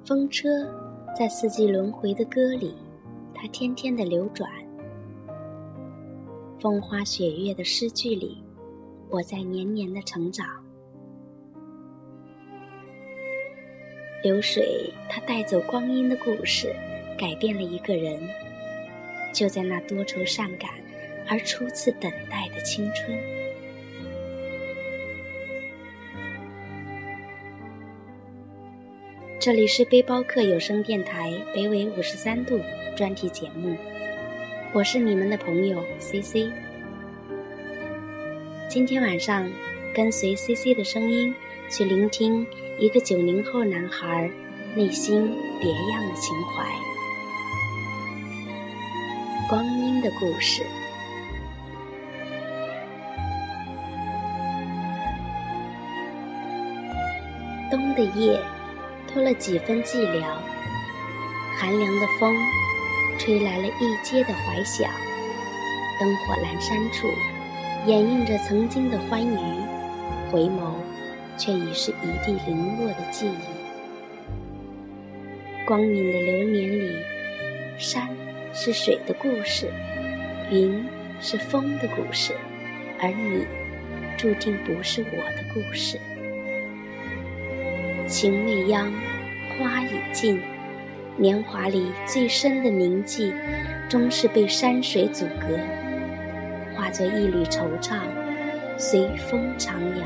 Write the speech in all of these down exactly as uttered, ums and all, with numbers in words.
风车在四季轮回的歌里，它天天的流转；风花雪月的诗句里，我在年年的成长。流水它带走光阴的故事，改变了一个人，就在那多愁善感而初次等待的青春。这里是背包客有声电台北纬五十三度专题节目，我是你们的朋友 C C。 今天晚上跟随 C C 的声音去聆听一个九零后男孩内心别样的情怀。光阴的故事。冬的夜多了几分寂寥，寒凉的风吹来了一街的怀想，灯火阑珊处掩映着曾经的欢愉，回眸却已是一地零落的记忆。光影的流年里，山是水的故事，云是风的故事，而你注定不是我的故事。情未央，花已尽，年华里最深的铭记，终是被山水阻隔，化作一缕惆怅，随风徜徉。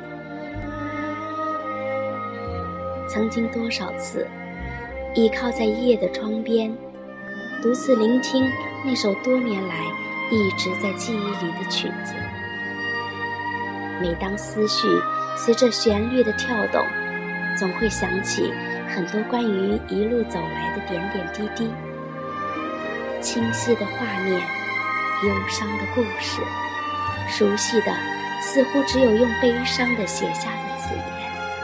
曾经多少次倚靠在夜的窗边，独自聆听那首多年来一直在记忆里的曲子。每当思绪随着旋律的跳动，总会想起很多关于一路走来的点点滴滴，清晰的画面，忧伤的故事，熟悉的似乎只有用悲伤的写下的字眼。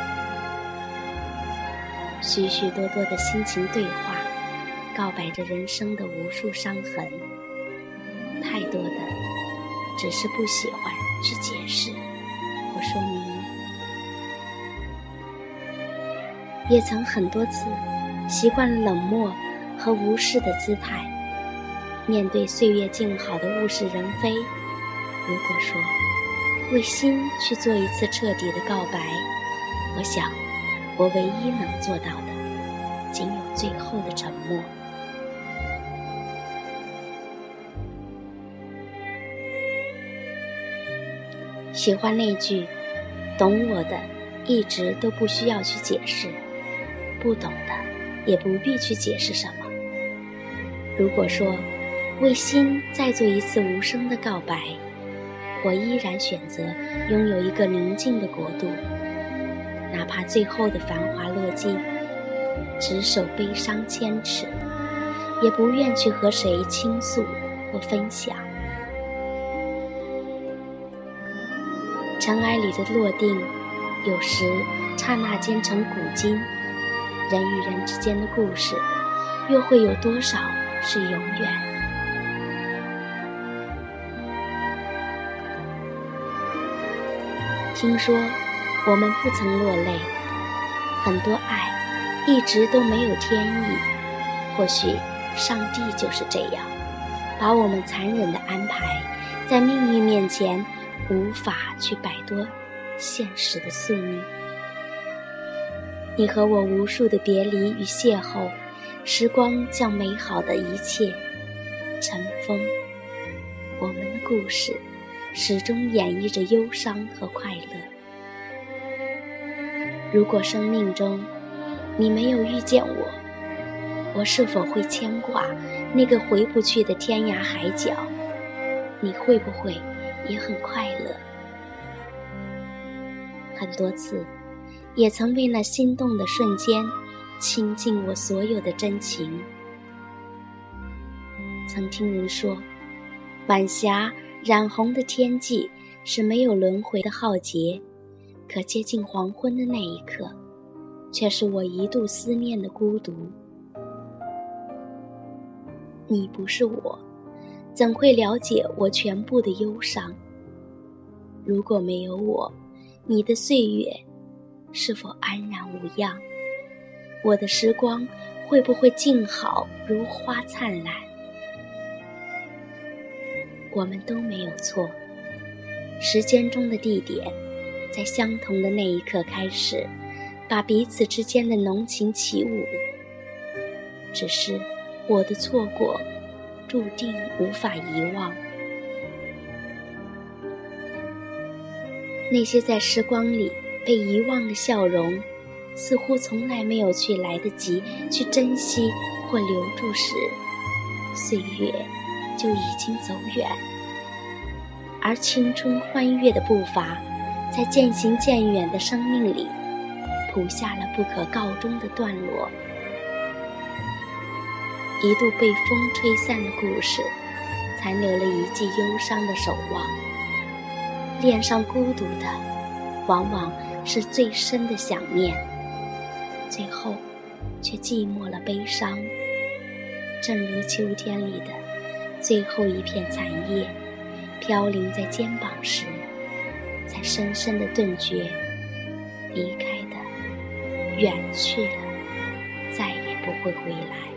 许许多多的心情对话，告白着人生的无数伤痕，太多的只是不喜欢去解释或说明。也曾很多次习惯了冷漠和无视的姿态，面对岁月静好的物是人非。如果说为心去做一次彻底的告白，我想我唯一能做到的仅有最后的沉默。喜欢那句懂我的一直都不需要去解释，不懂的也不必去解释什么。如果说为心再做一次无声的告白，我依然选择拥有一个宁静的国度，哪怕最后的繁华落尽，只守悲伤千尺，也不愿去和谁倾诉或分享。尘埃里的落定，有时刹那间成古今，人与人之间的故事，又会有多少是永远？听说我们不曾落泪，很多爱一直都没有天意，或许上帝就是这样，把我们残忍的安排在命运面前，无法去摆脱现实的宿命。你和我无数的别离与邂逅，时光将美好的一切尘封，我们的故事始终演绎着忧伤和快乐。如果生命中你没有遇见我，我是否会牵挂那个回不去的天涯海角？你会不会也很快乐？很多次也曾为那心动的瞬间倾尽我所有的真情。曾听人说，晚霞染红的天际是没有轮回的浩劫，可接近黄昏的那一刻，却是我一度思念的孤独。你不是我，怎会了解我全部的忧伤？如果没有我，你的岁月是否安然无恙？ 我的时光会不会静好如花灿烂？我们都没有错，时间中的地点在相同的那一刻开始，把彼此之间的浓情起舞。只是我的错过注定无法遗忘。那些在时光里被遗忘的笑容，似乎从来没有去来得及去珍惜或留住时，岁月就已经走远，而青春欢悦的步伐在渐行渐远的生命里谱下了不可告终的段落。一度被风吹散的故事，残留了一记忧伤的守望。恋上孤独的往往是最深的想念，最后却寂寞了悲伤。正如秋天里的最后一片残叶，飘零在肩膀时，才深深的顿觉，离开的远去了，再也不会回来。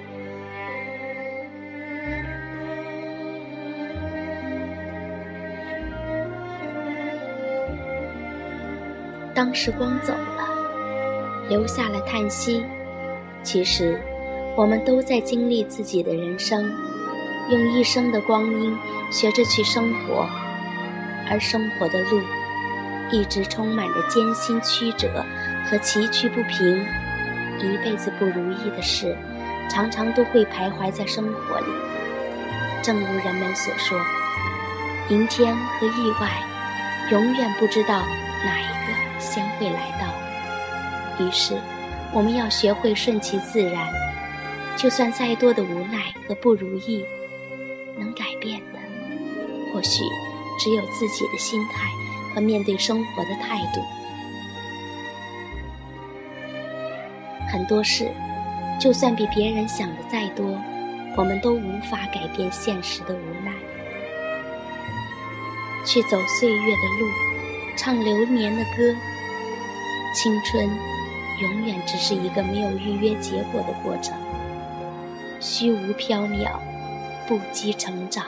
当时光走了，留下了叹息。其实我们都在经历自己的人生，用一生的光阴学着去生活，而生活的路一直充满着艰辛曲折和崎岖不平。一辈子不如意的事常常都会徘徊在生活里。正如人们所说，明天和意外永远不知道哪一个先会来到。于是我们要学会顺其自然，就算再多的无奈和不如意，能改变的或许只有自己的心态和面对生活的态度。很多事就算比别人想的再多，我们都无法改变现实的无奈。去走岁月的路，唱流年的歌。青春永远只是一个没有预约结果的过程，虚无缥缈，不羁成长。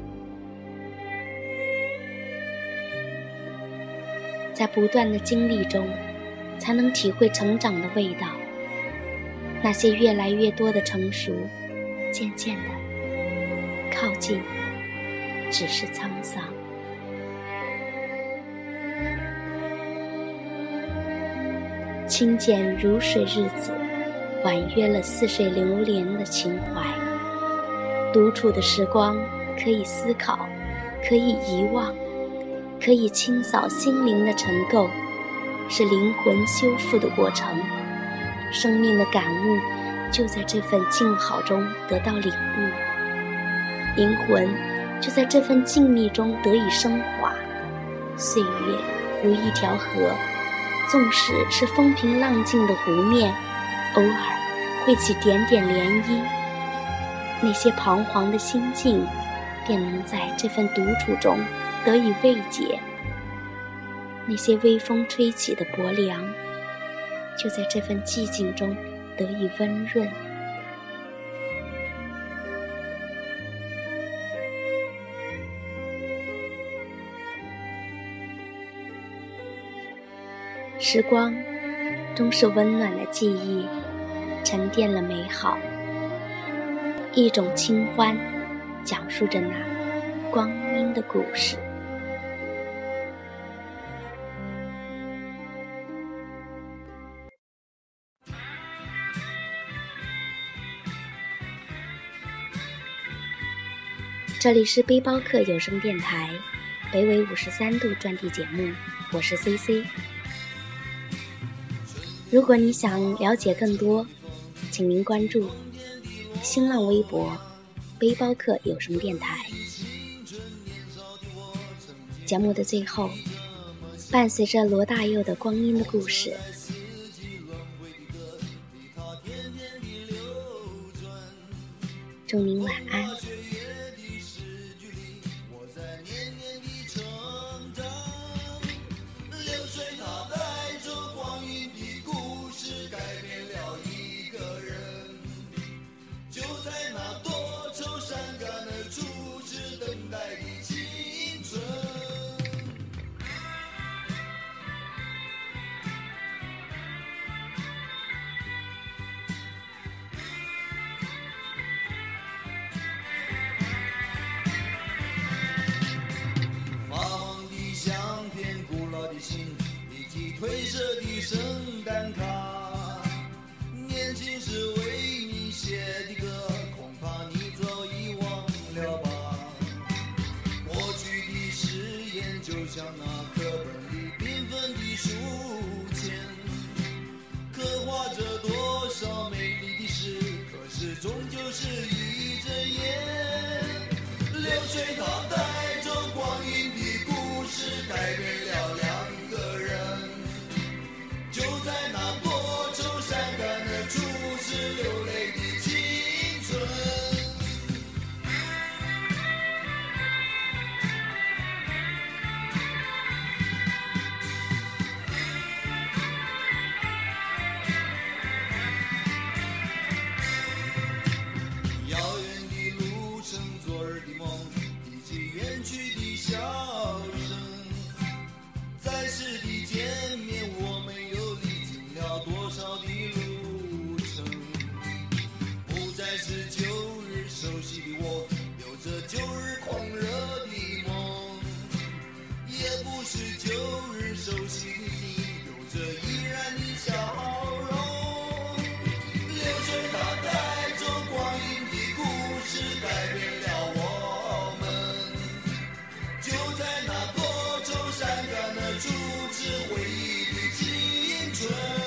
在不断的经历中，才能体会成长的味道。那些越来越多的成熟，渐渐的靠近，只是沧桑。清简如水日子，婉约了似水流年的情怀。独处的时光，可以思考，可以遗忘，可以清扫心灵的尘垢，是灵魂修复的过程。生命的感悟就在这份静好中得到领悟，灵魂就在这份静谧中得以升华。岁月如一条河，纵使是风平浪静的湖面，偶尔会起点点涟漪。那些彷徨的心境便能在这份独处中得以慰藉，那些微风吹起的薄凉就在这份寂静中得以温润。时光终是温暖的记忆，沉淀了美好。一种清欢，讲述着那光阴的故事。这里是背包客有声电台，北纬五十三度专题节目，我是 C C。如果你想了解更多，请您关注新浪微博背包客有声电台。节目的最后，伴随着罗大佑的《光阴的故事》，祝您晚安。 流水它带着光阴的故事，改变了一褪色的圣诞卡，年轻时为你写的歌，恐怕你早已忘了吧。过去的誓言就像那课本里缤纷的书签，刻画着多少美丽的诗，可是终究是一阵烟。流水它带着光阴的故事，改变了两个人，就在那多愁善感的初次流泪的青春。遥远的路程，昨日的梦，以及远去的笑声，在世的见面，我们又历经了多少的路程。不再是旧日熟悉的我，有着旧日狂热的梦，也不是旧日熟悉的你，有着依然的笑容。流水它带着光阴的故事，改变了我们，就在那多愁善感的初次回忆的青春。